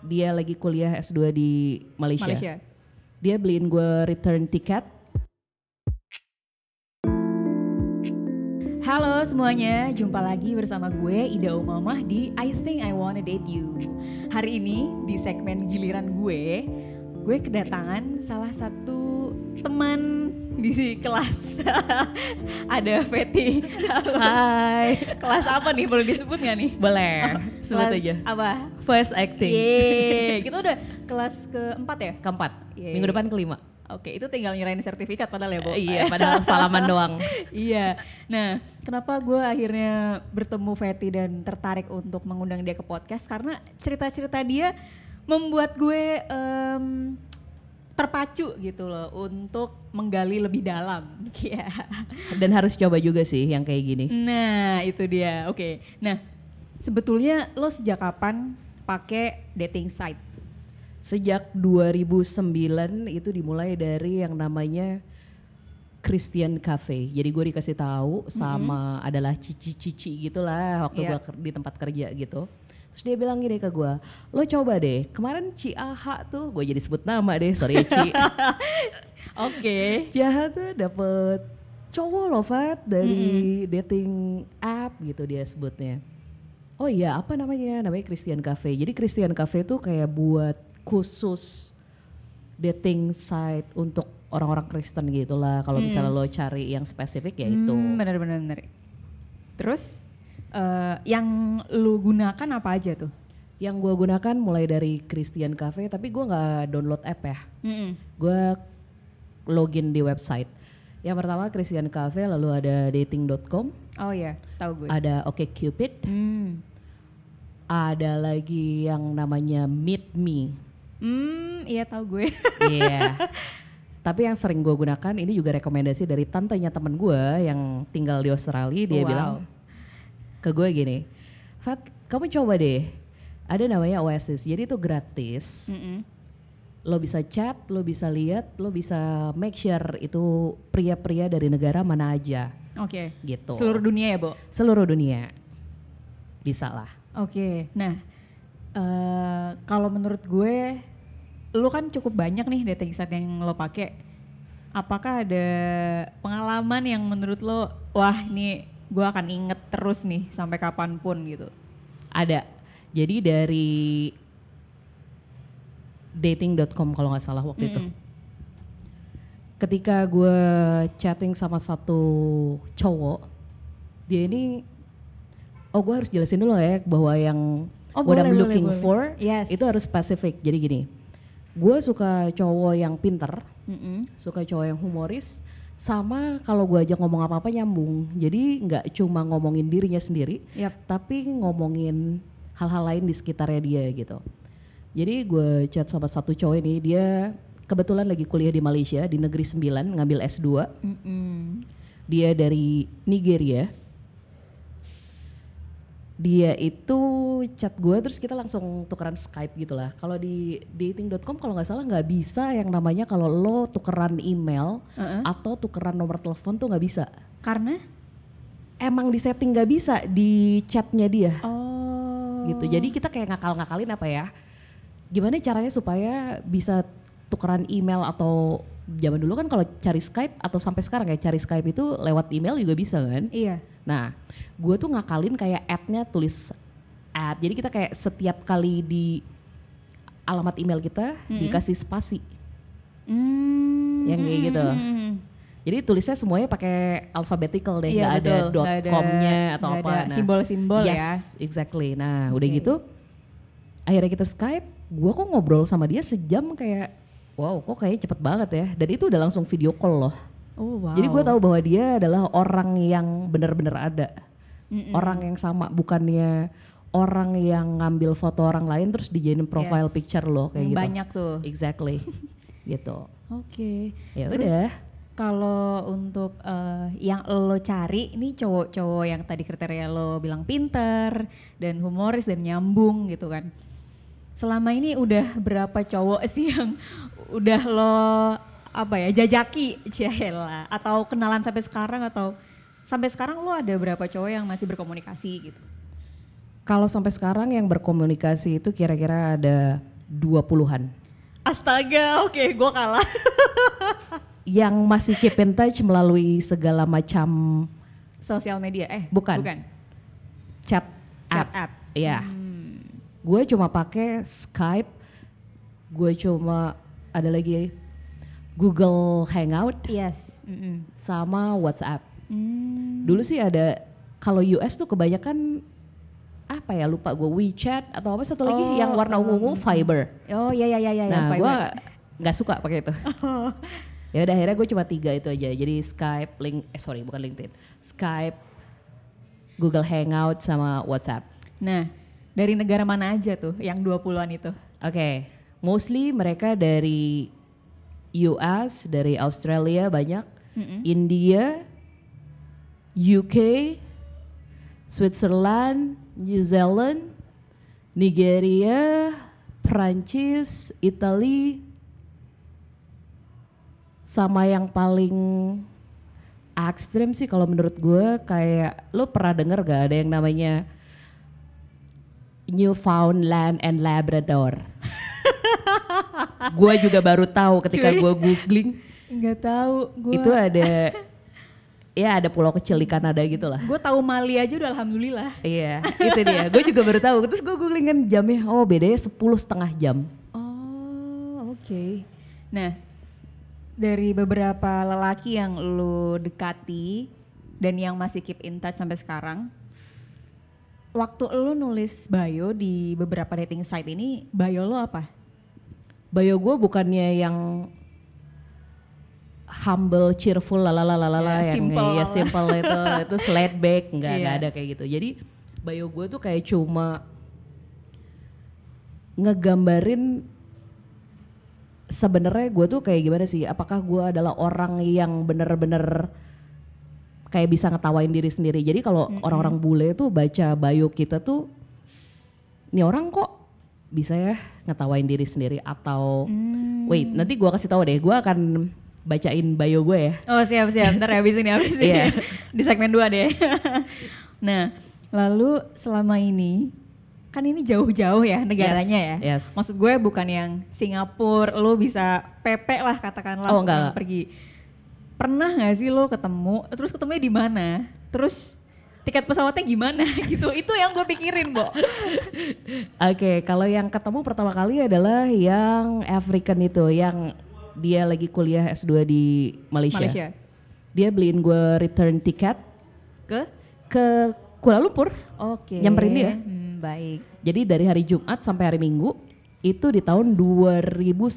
dia lagi kuliah S2 di Malaysia. Dia beliin gue return ticket. Halo semuanya, jumpa lagi bersama gue Ida Umamah di I Think I Wanna Date You. Hari ini di segmen giliran gue kedatangan salah satu teman di kelas. Ada Fetty. Hai. Kelas apa nih, boleh disebut gak nih? Boleh, sebut kelas aja. Apa? First acting. Yeay, kita udah kelas keempat ya? Keempat, Yeay. minggu depan kelima. Oke, itu tinggal nyerahin sertifikat padahal ya, Bo. Iya, padahal salaman doang. Iya. Nah, kenapa gue akhirnya bertemu Fetty dan tertarik untuk mengundang dia ke podcast? Karena cerita-cerita dia membuat gue terpacu gitu loh untuk menggali lebih dalam. Iya. Dan harus coba juga sih yang kayak gini. Nah, itu dia. Oke. Nah, sebetulnya lo sejak kapan pakai dating site? Sejak 2009 itu dimulai dari yang namanya Christian Cafe. Jadi gue dikasih tahu sama adalah cici-cici gitulah waktu gue di tempat kerja gitu. Terus dia bilang gini ke gue, lo coba deh, kemarin Ci Aha tuh, gue jadi sebut nama deh, sorry ya Ci. Oke. Ci Aha tuh dapet cowok loh Fat dari dating app gitu dia sebutnya. Oh iya, apa namanya? Namanya Christian Cafe. Jadi Christian Cafe tuh kayak buat khusus dating site untuk orang-orang Kristen gitulah. Kalau misalnya lo cari yang spesifik ya itu. Benar. Terus yang lu gunakan apa aja tuh? Yang gue gunakan mulai dari Christian Cafe, tapi gue nggak download app ya. Gue login di website. Yang pertama Christian Cafe, lalu ada dating.com. Oh iya, tahu gue. Ada OkCupid. Ada lagi yang namanya Meet Me. Iya tahu gue. Iya. Tapi yang sering gue gunakan ini juga rekomendasi dari tantenya temen gue yang tinggal di Australia. Dia bilang ke gue gini, Fat, kamu coba deh. Ada namanya Oasis. Jadi itu gratis. Lo bisa chat, lo bisa lihat, lo bisa make sure itu pria-pria dari negara mana aja. Oke. Gitu. Seluruh dunia ya, Bo? Seluruh dunia. Bisa lah. Oke. Nah, kalau menurut gue, lo kan cukup banyak nih dating site yang lo pakai. Apakah ada pengalaman yang menurut lo, wah ini gue akan inget terus nih sampai kapanpun gitu? Ada. Jadi dari dating.com kalau nggak salah waktu itu. Ketika gue chatting sama satu cowok, dia ini, gue harus jelasin dulu ya bahwa yang what I'm looking for itu harus spesifik. Jadi gini, gue suka cowok yang pinter, suka cowok yang humoris, sama kalau gue ajak ngomong apa-apa nyambung. Jadi nggak cuma ngomongin dirinya sendiri, tapi ngomongin hal-hal lain di sekitarnya dia gitu. Jadi gue chat sama satu cowok ini, dia kebetulan lagi kuliah di Malaysia di Negeri 9 ngambil S2. Dia dari Nigeria. Dia itu chat gue terus kita langsung tukeran Skype gitu lah. Kalau di dating.com kalau nggak salah nggak bisa yang namanya kalau lo tukeran email atau tukeran nomor telepon tuh nggak bisa. Karena? Emang di setting nggak bisa di chatnya dia. Gitu. Jadi kita kayak ngakal-ngakalin apa ya? Gimana caranya supaya bisa tukeran email atau zaman dulu kan kalau cari Skype atau sampai sekarang kayak cari Skype itu lewat email juga bisa kan? Iya. Nah, gue tuh ngakalin kayak ad-nya tulis ad. Jadi kita kayak setiap kali di alamat email kita dikasih spasi. Yang kayak gitu. Jadi tulisnya semuanya pakai alphabetical deh, nggak ada .com-nya atau apa. Ada simbol-simbol ya. Yes, exactly. Nah, udah gitu akhirnya kita Skype, gue kok ngobrol sama dia sejam kayak wow kok kayaknya cepet banget ya. Dan itu udah langsung video call loh. Jadi gue tahu bahwa dia adalah orang yang benar-benar ada. Orang yang sama, bukannya orang yang ngambil foto orang lain terus dijadiin profile picture loh kayak gitu. Banyak tuh. Exactly. Gitu. Oke. Ya terus, udah. Kalau untuk yang lo cari, ini cowok-cowok yang tadi kriteria lo bilang pinter dan humoris dan nyambung gitu kan. Selama ini udah berapa cowok sih yang udah lo jajaki Ciela atau kenalan sampai sekarang, atau sampai sekarang lo ada berapa cowok yang masih berkomunikasi gitu? Kalau sampai sekarang yang berkomunikasi itu kira-kira ada 20-an. Astaga, oke, gue kalah. Yang masih keep in touch melalui segala macam sosial media, bukan. Chat app. Iya. Gue cuma pakai Skype, gue cuma ada lagi Google Hangout, yes, sama WhatsApp. Dulu sih ada, kalau US tuh kebanyakan apa ya, lupa gue, WeChat atau apa satu lagi yang warna ungu-ungu, Viber. Oh iya. Nah gue nggak suka pakai itu. Ya udah akhirnya gue cuma 3 itu aja. Jadi Skype, bukan LinkedIn, Skype, Google Hangout sama WhatsApp. Nah, dari negara mana aja tuh yang 20-an itu? Oke, mostly mereka dari US, dari Australia banyak, India, UK, Switzerland, New Zealand, Nigeria, Prancis, Italy, sama yang paling ekstrim sih kalau menurut gue kayak, lo pernah denger gak ada yang namanya Newfoundland and Labrador? Gue juga baru tahu ketika gue googling. Nggak tahu. Itu ada, ya ada pulau kecil di Kanada gitu lah. Gue tahu Mali aja udah alhamdulillah. Iya, itu dia. Gue juga baru tahu. Terus gue googling kan jamnya, oh bedanya 10,5 jam. Oh oke. Nah, dari beberapa lelaki yang lu dekati dan yang masih keep in touch sampai sekarang, waktu lu nulis bio di beberapa dating site ini, bio lo apa? Bio gue bukannya yang humble, cheerful, lalalala yang simple itu laid back, nggak ada kayak gitu. Jadi bio gue tuh kayak cuma ngegambarin sebenarnya gue tuh kayak gimana sih, apakah gue adalah orang yang bener-bener kayak bisa ngetawain diri sendiri. Jadi kalau orang-orang bule tuh baca bio kita tuh, ini orang kok bisa ya ngetawain diri sendiri atau wait, nanti gue kasih tahu deh, gue akan bacain bio gue ya. Oh siap, ntar habis ini di segmen 2 deh. Nah lalu selama ini, kan ini jauh-jauh ya negaranya ya. Yes. Maksud gue bukan yang Singapura, lo bisa pepek lah katakanlah pergi. Pernah gak sih lo ketemu, terus ketemunya di mana? Terus tiket pesawatnya gimana gitu? Itu yang gue pikirin, Bo. Oke, kalau yang ketemu pertama kali adalah yang African itu, yang dia lagi kuliah S2 di Malaysia. Dia beliin gue return tiket ke Kuala Lumpur. Oke. Nyamperin dia. Baik. Jadi dari hari Jumat sampai hari Minggu itu di tahun 2011.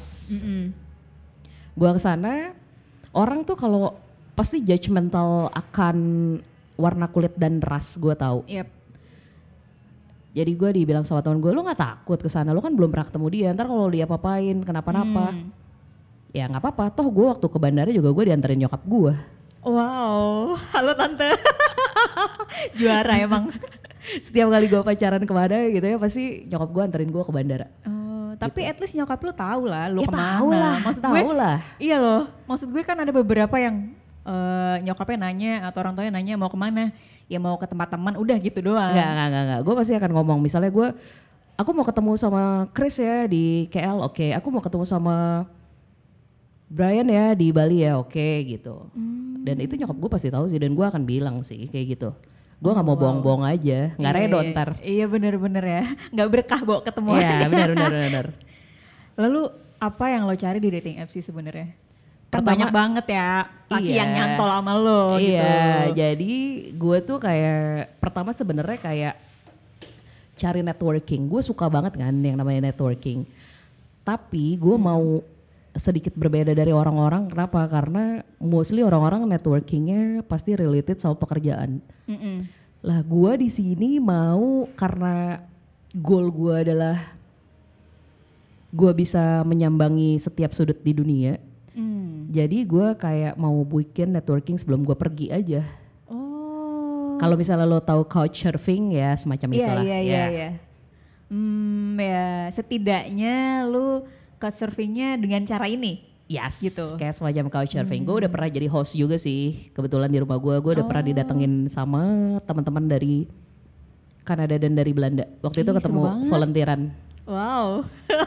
Gua kesana, orang tuh kalau pasti judgmental akan warna kulit dan ras, gue tahu. Yep. Jadi gue dibilang sama teman gue, lo nggak takut kesana, lo kan belum pernah ketemu dia, ntar kalau dia apa-apain kenapa-napa, ya nggak apa-apa. Toh gue waktu ke bandara juga gue dianterin nyokap gue. Wow, halo tante. Juara emang. Setiap kali gue pacaran kemana gitu ya pasti nyokap gue anterin gue ke bandara. Tapi gitu. At least nyokap lu tahu lah lu ya, kemana. Tahu lah, maksud gue. Iya loh, maksud gue kan ada beberapa yang nyokapnya nanya atau orang tuanya nanya mau kemana, ya mau ke tempat teman udah gitu doang. Enggak. Gue pasti akan ngomong, misalnya aku mau ketemu sama Chris ya di KL, oke. Aku mau ketemu sama Brian ya di Bali ya, oke gitu. Dan itu nyokap gue pasti tahu sih, dan gue akan bilang sih kayak gitu. Gue nggak mau bohong-bohong aja, nggak redo ntar. Iya bener-bener ya, nggak berkah bawa ketemu. Iya bener. Lalu apa yang lo cari di dating apps sih sebenarnya? Kan banyak banget ya laki yang nyantol sama lo gitu. Iya, jadi gue tuh kayak pertama sebenarnya kayak cari networking. Gue suka banget kan yang namanya networking. Tapi gue mau sedikit berbeda dari orang-orang. Kenapa? Karena mostly orang-orang networkingnya pasti related sama pekerjaan. Lah gue di sini mau, karena goal gue adalah gue bisa menyambangi setiap sudut di dunia. Jadi gue kayak mau bikin networking sebelum gue pergi aja. Kalau misalnya lo tahu couchsurfing ya semacam itulah. Iya. Ya setidaknya lu couchsurfingnya dengan cara ini. Yes, gitu. Kayak semacam couchsurfing. Gue udah pernah jadi host juga sih. Kebetulan di rumah gue udah pernah didatengin sama teman-teman dari Kanada dan dari Belanda. Waktu itu ketemu volunteeran. Wow.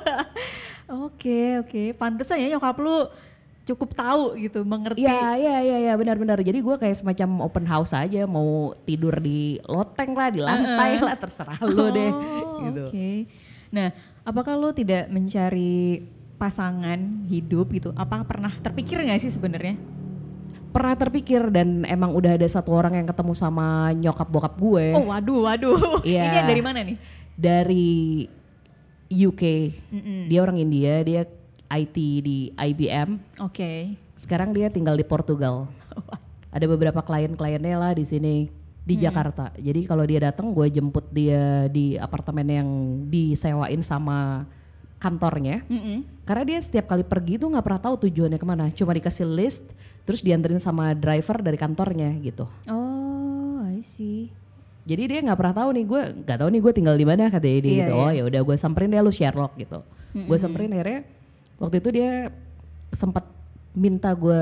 Oke. Pantesan ya nyokap lu cukup tahu gitu, mengerti. Iya, benar-benar. Jadi gue kayak semacam open house aja, mau tidur di loteng lah, di lantai lah, terserah lu deh. Gitu. Oke. Nah, apakah lu tidak mencari pasangan hidup gitu? Apa pernah terpikir nggak sih sebenarnya? Pernah terpikir, dan emang udah ada satu orang yang ketemu sama nyokap bokap gue. Oh waduh. Iya. Ini dari mana nih? Dari UK. Dia orang India, dia IT di IBM. Oke. Sekarang dia tinggal di Portugal. Ada beberapa klien-kliennya lah di sini di Jakarta. Jadi kalau dia datang, gue jemput dia di apartemen yang disewain sama kantornya. Karena dia setiap kali pergi tuh nggak pernah tahu tujuannya kemana. Cuma dikasih list, terus dianterin sama driver dari kantornya gitu. Oh, I see. Jadi dia nggak pernah tahu nih, gue nggak tahu nih gue tinggal di mana, katanya dia gitu. Oh ya udah, gue samperin deh, lu Sherlock gitu. Gue samperin, akhirnya waktu itu dia sempat minta gue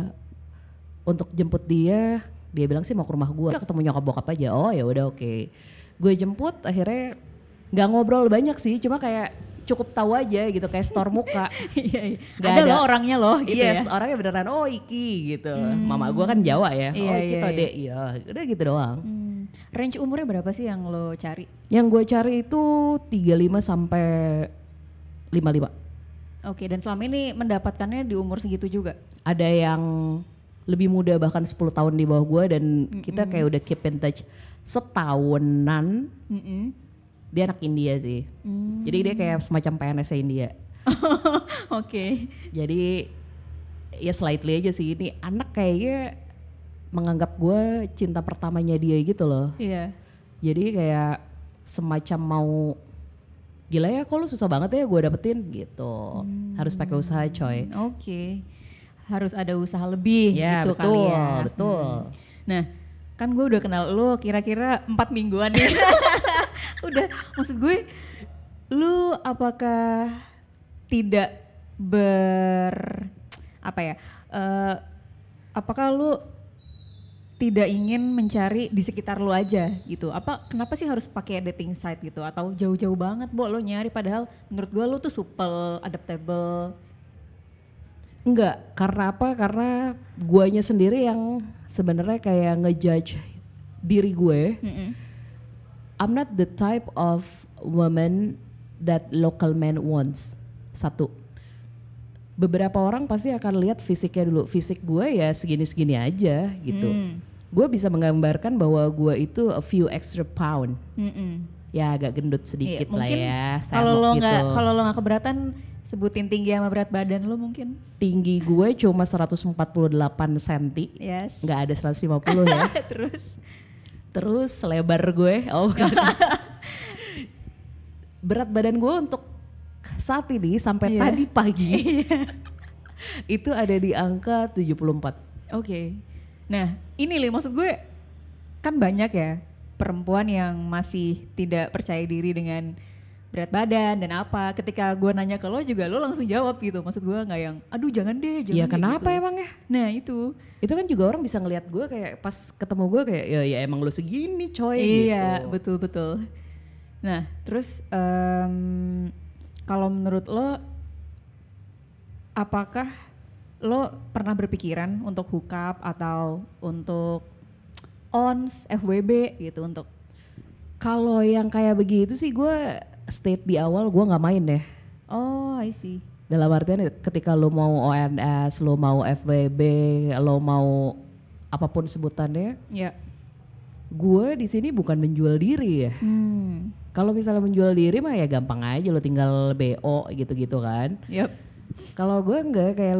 untuk jemput dia. Dia bilang sih mau ke rumah gue, ketemu nyokap bokap aja. Oh ya udah, oke. Gue jemput, akhirnya nggak ngobrol banyak sih, cuma kayak cukup tahu aja gitu, kayak store muka. Ada loh orangnya loh gitu yes, ya. orangnya beneran, oh Iki gitu. Mama gue kan Jawa ya, Iki Tode, iya. Udah gitu doang. Range umurnya berapa sih yang lo cari? Yang gue cari itu 35 sampai 55. Oke, dan selama ini mendapatkannya di umur segitu juga? Ada yang lebih muda, bahkan 10 tahun di bawah gue, dan kita kayak udah keep in touch setahunan. Dia anak India sih. Jadi dia kayak semacam PNS India. Oke. Jadi ya slightly aja sih, ini anak kayaknya menganggap gue cinta pertamanya dia gitu loh. Iya. Jadi kayak semacam mau, gila ya kok lu susah banget ya gue dapetin gitu. Harus pakai usaha coy. Oke. Harus ada usaha lebih ya, gitu betul, kali ya. Betul. Nah kan gue udah kenal lu kira-kira 4 mingguan ya. Udah, maksud gue lu apakah tidak apakah lu tidak ingin mencari di sekitar lu aja gitu? Kenapa sih harus pakai dating site gitu? Atau jauh-jauh banget lo nyari, padahal menurut gue lu tuh supel, adaptable? Enggak, karena apa? Karena guanya sendiri yang sebenarnya kayak ngejudge diri gue. I'm not the type of woman that local man wants. Satu. Beberapa orang pasti akan lihat fisiknya dulu. Fisik gue ya segini-segini aja gitu. Gue bisa menggambarkan bahwa gue itu a few extra pound. Ya agak gendut sedikit lah ya. Kalau lo nggak keberatan, sebutin tinggi sama berat badan lo mungkin. Tinggi gue cuma 148 cm. Yes. Nggak ada 150 ya. Terus lebar gue, berat badan gue untuk saat ini sampai tadi pagi itu ada di angka 74. Oke. Nah ini maksud gue kan banyak ya perempuan yang masih tidak percaya diri dengan berat badan dan apa. Ketika gue nanya ke lo juga lo langsung jawab gitu. Maksud gue nggak yang aduh jangan deh. Ya kenapa gitu. Emangnya? Nah itu kan juga orang bisa ngelihat gue kayak pas ketemu gue kayak ya emang lo segini coy. Iya gitu. betul. Nah terus kalau menurut lo apakah lo pernah berpikiran untuk hookup atau untuk ons, FWB gitu untuk? Kalau yang kayak begitu sih gue state di awal gue nggak main deh. Oh, I see. Dalam artian ketika lo mau ONS, lo mau FWB, lo mau apapun sebutannya, gue di sini bukan menjual diri ya. Kalau misalnya menjual diri mah ya gampang aja, lo tinggal BO gitu-gitu kan. Yep. Kalau gue enggak, kayak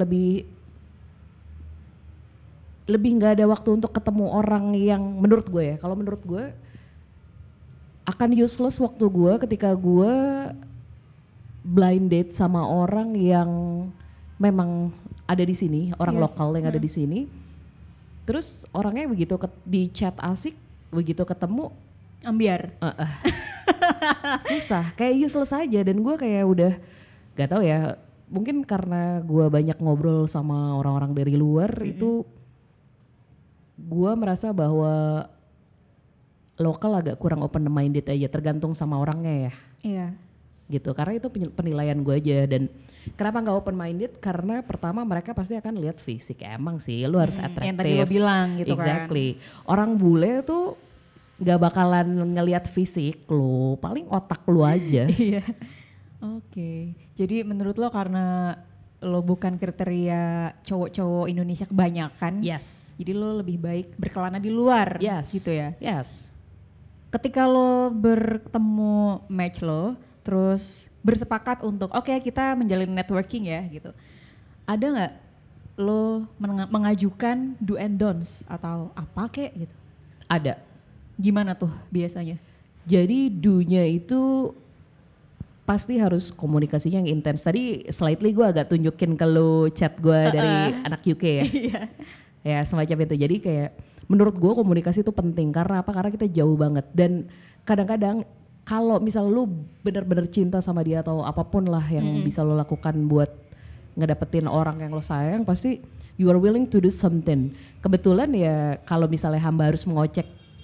lebih nggak ada waktu untuk ketemu orang yang menurut gue ya. Kalau menurut gue akan useless waktu gue ketika gue blind date sama orang yang memang ada di sini, orang lokal yang ada di sini. Terus orangnya begitu di chat asik, begitu ketemu ambiar. Susah, kayak useless aja. Dan gue kayak udah gak tahu ya, mungkin karena gue banyak ngobrol sama orang-orang dari luar, itu gue merasa bahwa lokal agak kurang open minded aja, tergantung sama orangnya ya. Iya. gitu. Karena itu penilaian gue aja. Dan kenapa nggak open minded? Karena pertama mereka pasti akan lihat fisik. Emang sih lu harus atraktif. Yang tadi lo bilang gitu exactly. Orang bule tuh nggak bakalan ngelihat fisik lo, paling otak lu aja. Iya. Oke. Jadi menurut lo karena lo bukan kriteria cowok-cowok Indonesia kebanyakan. Yes. Jadi lo lebih baik berkelana di luar gitu ya. Yes. Ketika lo bertemu match lo, terus bersepakat untuk oke, kita menjalin networking ya gitu. Ada nggak lo mengajukan do and don'ts atau apa kek gitu? Ada. Gimana tuh biasanya? Jadi do-nya itu pasti harus komunikasinya yang intens. Tadi slightly gue agak tunjukin ke lo chat gue dari anak UK ya. Ya semacam itu. Jadi kayak menurut gue komunikasi itu penting karena apa? Karena kita jauh banget dan kadang-kadang kalau misal lu benar-benar cinta sama dia atau apapun lah yang bisa lo lakukan buat ngedapetin orang yang lo sayang, pasti you are willing to do something. Kebetulan ya kalau misalnya hamba harus mengocek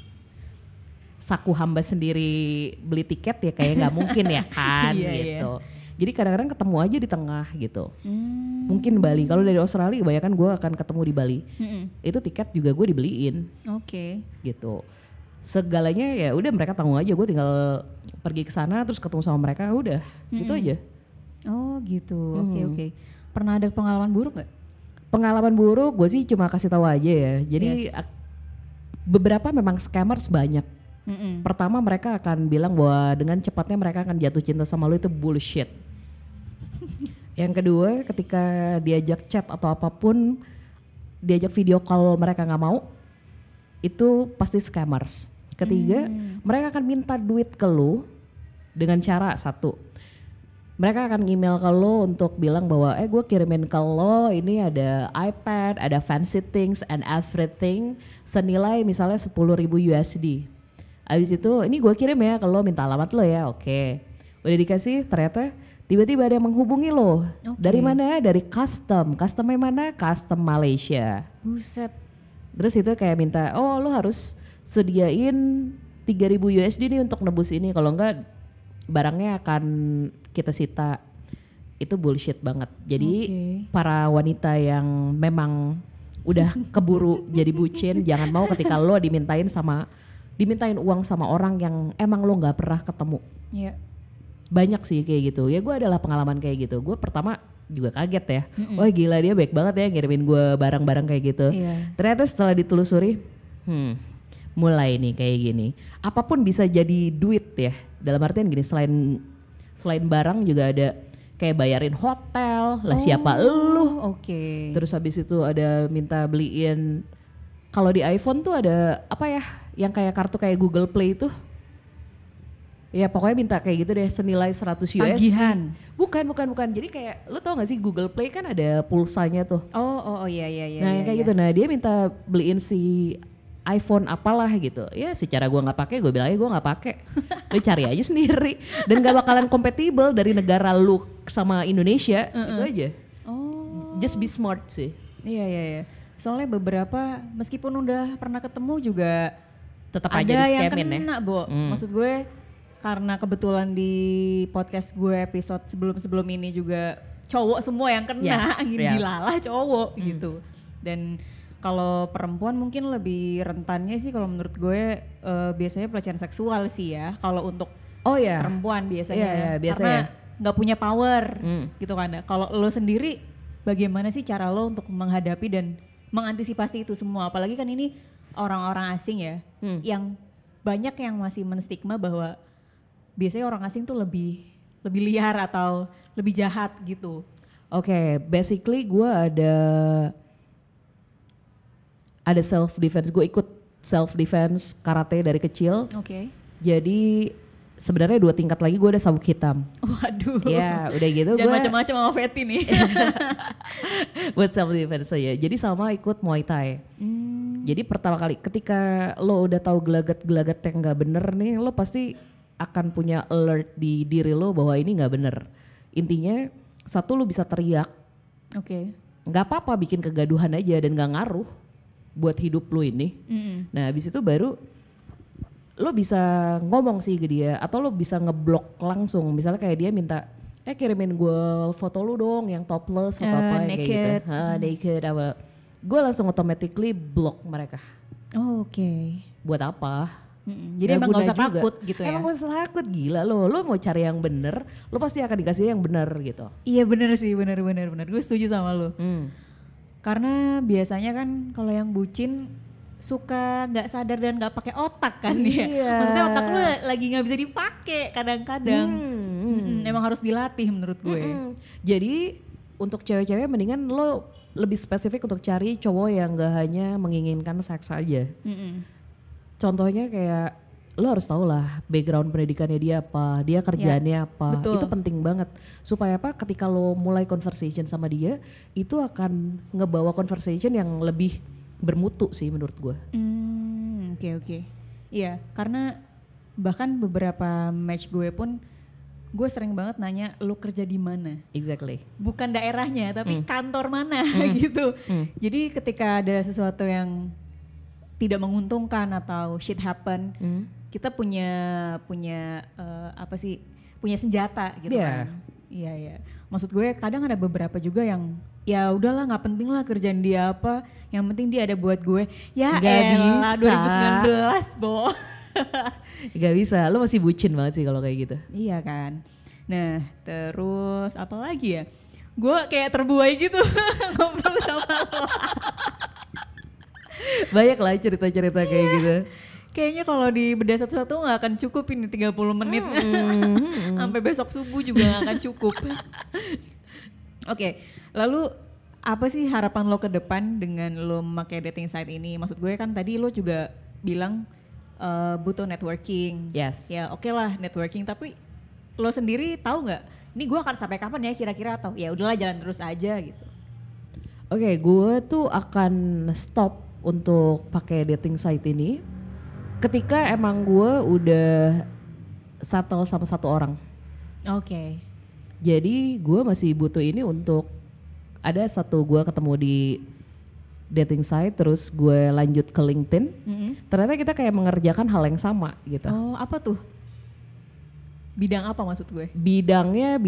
saku hamba sendiri beli tiket ya kayak nggak mungkin ya kan gitu. Jadi kadang-kadang ketemu aja di tengah gitu. Mungkin Bali. Kalau dari Australia kebanyakan gue akan ketemu di Bali. Itu tiket juga gue dibeliin. Oke. Gitu. Segalanya ya udah mereka tanggung aja, gue tinggal pergi ke sana terus ketemu sama mereka udah gitu aja. Oh gitu. Oke. Pernah ada pengalaman buruk nggak? Pengalaman buruk gue sih cuma kasih tahu aja ya. Jadi beberapa memang scammers banyak. Pertama mereka akan bilang bahwa dengan cepatnya mereka akan jatuh cinta sama lu, itu bullshit. Yang kedua ketika diajak chat atau apapun, diajak video call mereka nggak mau, itu pasti scammers. Ketiga, mereka akan minta duit ke lu dengan cara satu. Mereka akan email ke lo untuk bilang bahwa gue kirimin ke lo ini ada iPad, ada fancy things and everything senilai misalnya 10.000 USD. Abis itu ini gue kirim ya ke lo, minta alamat lo ya, oke. Udah dikasih, ternyata tiba-tiba ada yang menghubungi lo. Dari mana? Dari custom. Customnya mana? Custom Malaysia. Buset. Terus itu kayak minta, oh lo harus sediain 3.000 USD nih untuk nebus ini, kalau enggak barangnya akan kita sita. Itu bullshit banget. Jadi para wanita yang memang udah keburu jadi bucin, jangan mau ketika lo dimintain uang sama orang yang emang lo nggak pernah ketemu. Banyak sih kayak gitu. Ya gue adalah pengalaman kayak gitu. Gue pertama juga kaget ya. Wah gila, dia baik banget ya ngirimin gue barang-barang kayak gitu. Ternyata setelah ditelusuri, mulai nih kayak gini. Apapun bisa jadi duit ya. Dalam artian gini, selain barang juga ada kayak bayarin hotel lah, siapa elu. Terus habis itu ada minta beliin, kalau di iPhone tuh ada apa ya, yang kayak kartu kayak Google Play itu. Ya pokoknya minta kayak gitu deh, senilai 100 USD. Tagihan? Bukan. Jadi kayak lu tau gak sih Google Play kan ada pulsanya tuh. Iya. Nah kayak gitu, nah dia minta beliin si iPhone apalah gitu. Ya secara gue gak pakai, gue bilang aja gue gak pakai. Lu cari aja sendiri. Dan gak bakalan kompatibel dari negara lu sama Indonesia, itu aja. Just be smart sih. Iya. Soalnya beberapa meskipun udah pernah ketemu juga tetap aja ada di yang scamin kena, Bo. Maksud gue karena kebetulan di podcast gue episode sebelum ini juga cowok semua yang kena, gilalah cowok gitu. Dan kalau perempuan mungkin lebih rentannya sih kalau menurut gue biasanya pelecehan seksual sih ya. Kalau untuk perempuan biasanya, karena nggak punya power gitu kan. Kalau lo sendiri bagaimana sih cara lo untuk menghadapi dan mengantisipasi itu semua? Apalagi kan ini orang-orang asing ya, yang banyak yang masih menstigma bahwa biasanya orang asing tuh lebih liar atau lebih jahat gitu. Basically gue ada self defense. Gue ikut self defense karate dari kecil. Jadi sebenarnya 2 tingkat lagi gue ada sabuk hitam. Waduh. Ya udah gitu. Jangan macam-macam sama Fetty nih. Buat self defense aja. Jadi sama ikut Muay Thai. Jadi pertama kali ketika lo udah tahu gelagat yang nggak bener nih, lo pasti akan punya alert di diri lo bahwa ini nggak bener. Intinya satu, lo bisa teriak. Nggak apa-apa, bikin kegaduhan aja dan nggak ngaruh buat hidup lo ini. Nah habis itu baru lo bisa ngomong sih ke dia atau lo bisa ngeblok langsung. Misalnya kayak dia minta kirimin gue foto lu dong yang topless atau apa kayak gitu. Naked apa. Gue langsung automatically block mereka. Oke. Buat apa? Jadi emang gak usah takut gitu ya? Emang gak usah takut, gila lo mau cari yang bener, lo pasti akan dikasih yang bener gitu. Iya bener sih, bener. Gue setuju sama lo. Karena biasanya kan kalau yang bucin suka nggak sadar dan nggak pakai otak kan ya. Maksudnya otak lu lagi nggak bisa dipakai kadang-kadang. Emang harus dilatih menurut gue. Jadi untuk cewek-cewek mendingan lo lebih spesifik untuk cari cowok yang nggak hanya menginginkan seks aja. Contohnya kayak lo harus tahu lah background pendidikannya dia apa, dia kerjaannya apa. Betul. Itu penting banget supaya apa ketika lo mulai conversation sama dia itu akan ngebawa conversation yang lebih bermutu sih menurut gue. Oke. Iya, karena bahkan beberapa match gue pun gue sering banget nanya lo kerja di mana. Exactly. Bukan daerahnya tapi kantor mana gitu. Jadi ketika ada sesuatu yang tidak menguntungkan atau shit happen, kita punya punya senjata gitu kan. Iya. Maksud gue kadang ada beberapa juga yang ya udahlah nggak penting lah kerjaan dia apa, yang penting dia ada buat gue. Ya elah 2019 Bo. Gak bisa, lo masih bucin banget sih kalau kayak gitu. Iya kan. Nah terus apa lagi ya? Gue kayak terbuai gitu ngobrol sama lo. Banyak lah cerita-cerita kayak gitu. Kayaknya kalau di bedah satu-satu gak akan cukup ini 30 menit. Sampai besok subuh juga gak akan cukup. Oke, lalu apa sih harapan lo ke depan dengan lo memakai dating site ini? Maksud gue kan tadi lo juga bilang butuh networking. Yes. Ya oke lah networking, tapi lo sendiri tahu gak? Ini gue akan sampai kapan ya kira-kira, atau ya udahlah jalan terus aja gitu. Oke, gue tuh akan stop untuk pakai dating site ini ketika emang gue udah settle sama satu orang. Oke. Jadi gue masih butuh ini untuk ada satu gue ketemu di dating site terus gue lanjut ke LinkedIn. Ternyata kita kayak mengerjakan hal yang sama gitu. Oh apa tuh? Bidang apa maksud gue? Bidang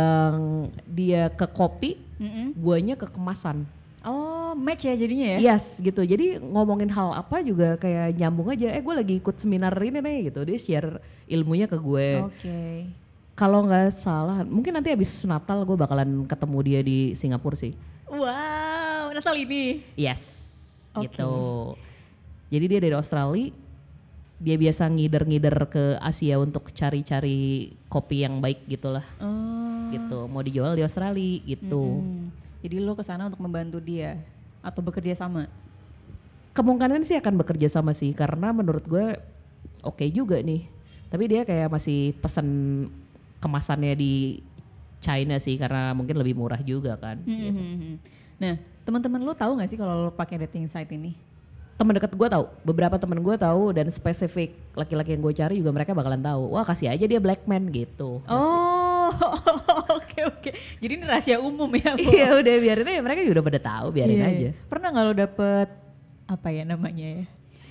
dia ke kopi, guanya ke kemasan. Oh match ya jadinya ya? Yes gitu, jadi ngomongin hal apa juga kayak nyambung aja. Gue lagi ikut seminar ini nih gitu, dia share ilmunya ke gue. Oke. Kalau nggak salah, mungkin nanti abis Natal gue bakalan ketemu dia di Singapura sih. Wow, Natal ini? Yes, gitu. Jadi dia dari Australia, dia biasa ngider-ngider ke Asia untuk cari-cari kopi yang baik gitulah. Gitu, mau dijual di Australia gitu. Jadi lo kesana untuk membantu dia atau bekerja sama? Kemungkinan sih akan bekerja sama sih, karena menurut gue oke juga nih. Tapi dia kayak masih pesen kemasannya di China sih, karena mungkin lebih murah juga kan. Gitu. Nah teman-teman lo tahu nggak sih kalau lo pakai dating site ini? Teman dekat gue tahu, beberapa teman gue tahu, dan spesifik laki-laki yang gue cari juga mereka bakalan tahu. Wah kasih aja dia black man gitu. Oh oke. Jadi ini rahasia umum ya Bu? Iya udah biarin aja, mereka juga udah pada tahu, biarin aja. Pernah nggak lo dapet apa ya namanya ya?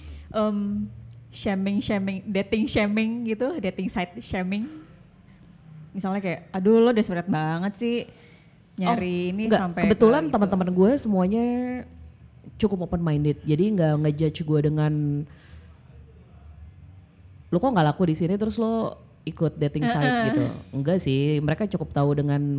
Shaming, dating shaming gitu, dating site shaming. Misalnya kayak, aduh lo desperate banget sih nyari ini enggak, sampai kebetulan gitu. Teman-teman gue semuanya cukup open minded, jadi nggak ngejudge gue dengan lo kok nggak laku di sini terus lo ikut dating site gitu. Enggak sih, mereka cukup tahu dengan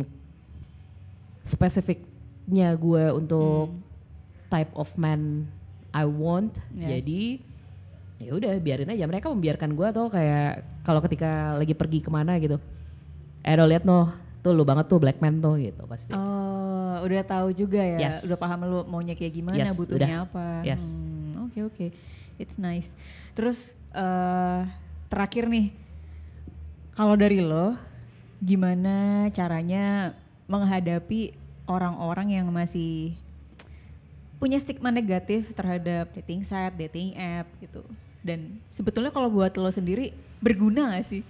spesifiknya gue untuk type of man I want. Jadi ya udah biarin aja, mereka membiarkan gue atau kayak kalau ketika lagi pergi kemana gitu, lo lihat tuh lu banget tuh black man tuh gitu pasti. Oh udah tahu juga ya, udah paham lu maunya kayak gimana, butuhnya apa. Oke. It's nice. Terus terakhir nih, kalau dari lo gimana caranya menghadapi orang-orang yang masih punya stigma negatif terhadap dating site, dating app gitu. Dan sebetulnya kalau buat lo sendiri berguna gak sih?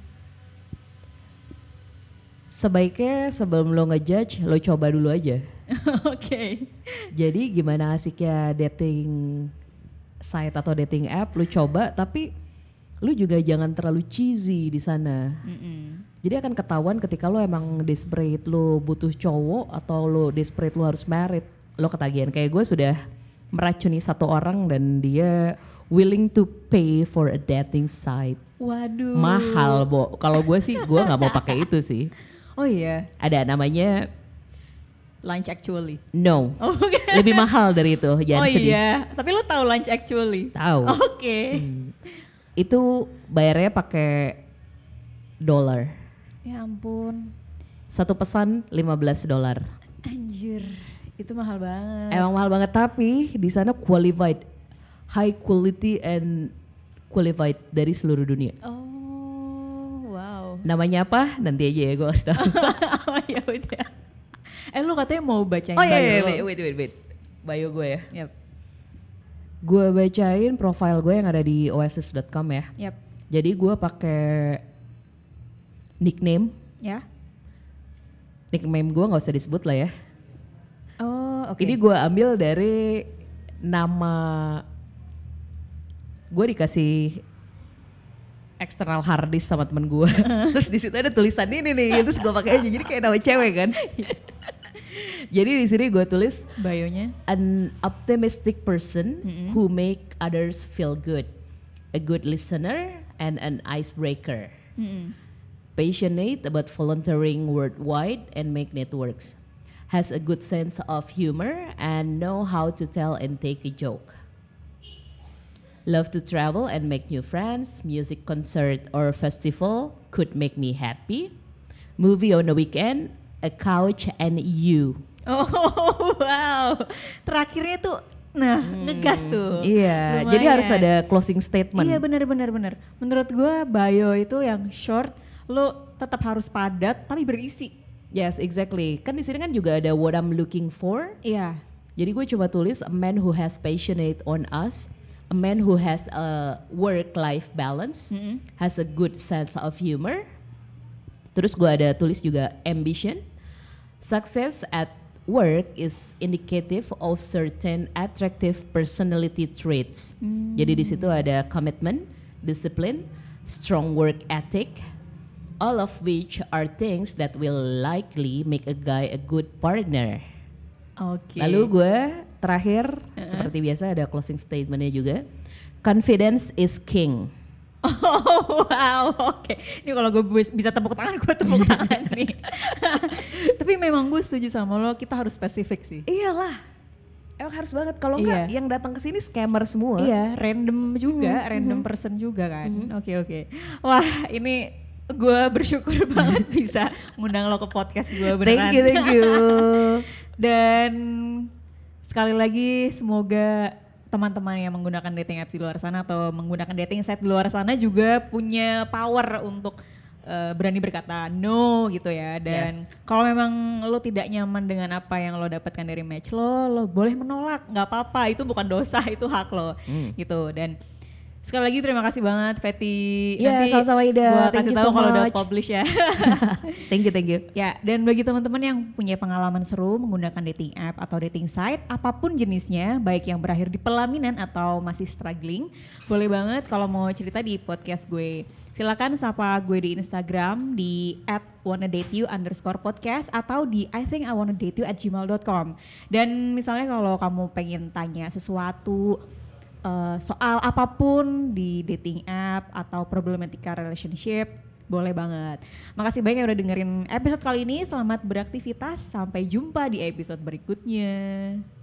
Sebaiknya sebelum lo ngejudge, lo coba dulu aja. Oke. Jadi gimana asiknya dating site atau dating app, lo coba, tapi lu juga jangan terlalu cheesy di sana. Jadi akan ketahuan ketika lu emang desperate, lu butuh cowok atau lu desperate lu harus married. Lu ketagihan. Kayak gue sudah meracuni satu orang dan dia willing to pay for a dating site. Waduh. Mahal, Bo. Kalau gue sih gue nggak mau pakai itu sih. Oh iya. Ada namanya Lunch Actually. No. Oh, okay. Lebih mahal dari itu. Jangan sedih. Iya. Tapi lu tahu Lunch Actually? Tahu. Oke. Itu bayarnya pakai dolar. Ya ampun. Satu pesan $15. Anjir. Itu mahal banget. Emang mahal banget, tapi di sana qualified, high quality and qualified dari seluruh dunia. Oh, wow. Namanya apa? Nanti aja ya gue kasih tahu. Oh ya udah. Lu katanya mau bacain bio. Oh iya, wait. Bio gue ya. Yep. Gue bacain profile gue yang ada di oasis.com ya. Yep. Jadi gue pakai nickname. Ya. Nickname gue nggak usah disebut lah ya. Oh, oke. Ini gue ambil dari nama, gue dikasih external hard disk sama temen gue. Terus di situ ada tulisan ini nih, terus gue pakai aja jadi kayak nama cewek kan. Jadi di sini gue tulis bio-nya, an optimistic person who make others feel good, a good listener and an icebreaker. Passionate about volunteering worldwide and make networks. Has a good sense of humor and know how to tell and take a joke. Love to travel and make new friends. Music concert or festival could make me happy. Movie on the weekend, a couch and you. Oh wow, terakhirnya tuh, ngegas tuh. Iya, lumayan. Jadi harus ada closing statement. Iya benar. Menurut gue bio itu yang short, lo tetap harus padat tapi berisi. Yes, exactly. Kan di sini kan juga ada what I'm looking for. Iya. Jadi gue coba tulis a man who has passionate on us, a man who has a work-life balance, has a good sense of humor. Terus gue ada tulis juga ambition. Success at work is indicative of certain attractive personality traits. Jadi di situ ada commitment, discipline, strong work ethic. All of which are things that will likely make a guy a good partner. Oke. Lalu gue terakhir seperti biasa ada closing statementnya juga. Confidence is king. Oh wow, oke. Ini kalau gue bisa tepuk tangan, gue tepuk tangan nih. Tapi memang gue setuju sama lo, kita harus spesifik sih. Iyalah. Emang harus banget. Kalau enggak yang datang ke sini scammer semua. Iya, random juga, random person juga kan. Oke. Wah, ini gue bersyukur banget bisa ngundang lo ke podcast gue beneran. Thank you. Dan sekali lagi semoga teman-teman yang menggunakan dating apps di luar sana atau menggunakan dating site di luar sana juga punya power untuk berani berkata no gitu ya. Dan kalau memang lo tidak nyaman dengan apa yang lo dapatkan dari match lo boleh menolak, nggak apa-apa, itu bukan dosa, itu hak lo gitu. Dan sekali lagi terima kasih banget Fetty. Ya, nanti sama-sama Ida. Gue kasih tahu kalau udah publish ya. Thank you. Ya, dan bagi teman-teman yang punya pengalaman seru menggunakan dating app atau dating site, apapun jenisnya, baik yang berakhir di pelaminan atau masih struggling, boleh banget kalau mau cerita di podcast gue. Silakan sapa gue di Instagram di @wannadateyu_podcast atau di ithinkiwannadateyou@gmail.com. Dan misalnya kalau kamu pengen tanya sesuatu soal apapun di dating app atau problematika relationship, boleh banget. Makasih banyak yang udah dengerin episode kali ini. Selamat beraktivitas. Sampai jumpa di episode berikutnya.